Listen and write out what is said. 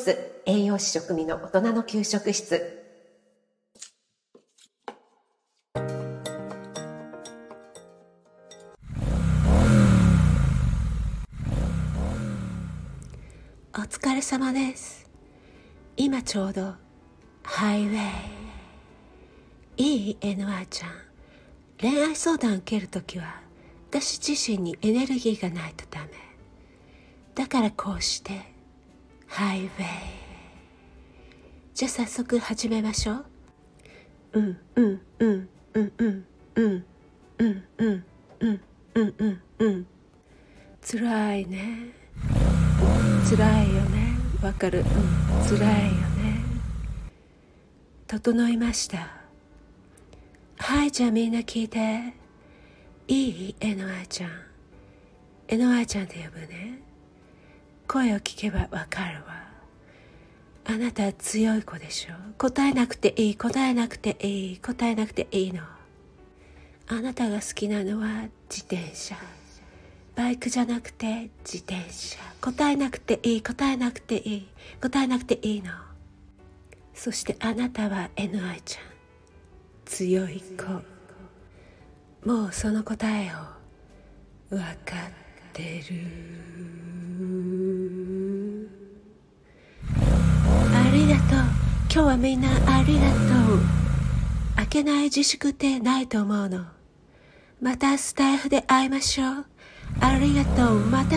ス栄養士食味の大人の給食室。 お疲れ様です。今ちょうどハイウェイ。いい NY ちゃん、恋愛相談受けるときは私自身にエネルギーがないとダメだから、こうしてハイウェイ。じゃあ早速始めましょう。辛いね、辛いよね、わかる、辛いよね。整いました。はい、じゃあみんな聞いて。いい NY ちゃん、 NY ちゃんって呼ぶね。声を聞けばわかるわ。あなたは強い子でしょ。答えなくていい、答えなくていい、答えなくていいの。あなたが好きなのは自転車、バイクじゃなくて自転車。答えなくていい、答えなくていい、答えなくていいの。そしてあなたは NY ちゃん、強い子。もうその答えを分かってる。ありがとう。今日はみんなありがとう。明けない自粛ってないと思うの。またスタイフで会いましょう。ありがとう。また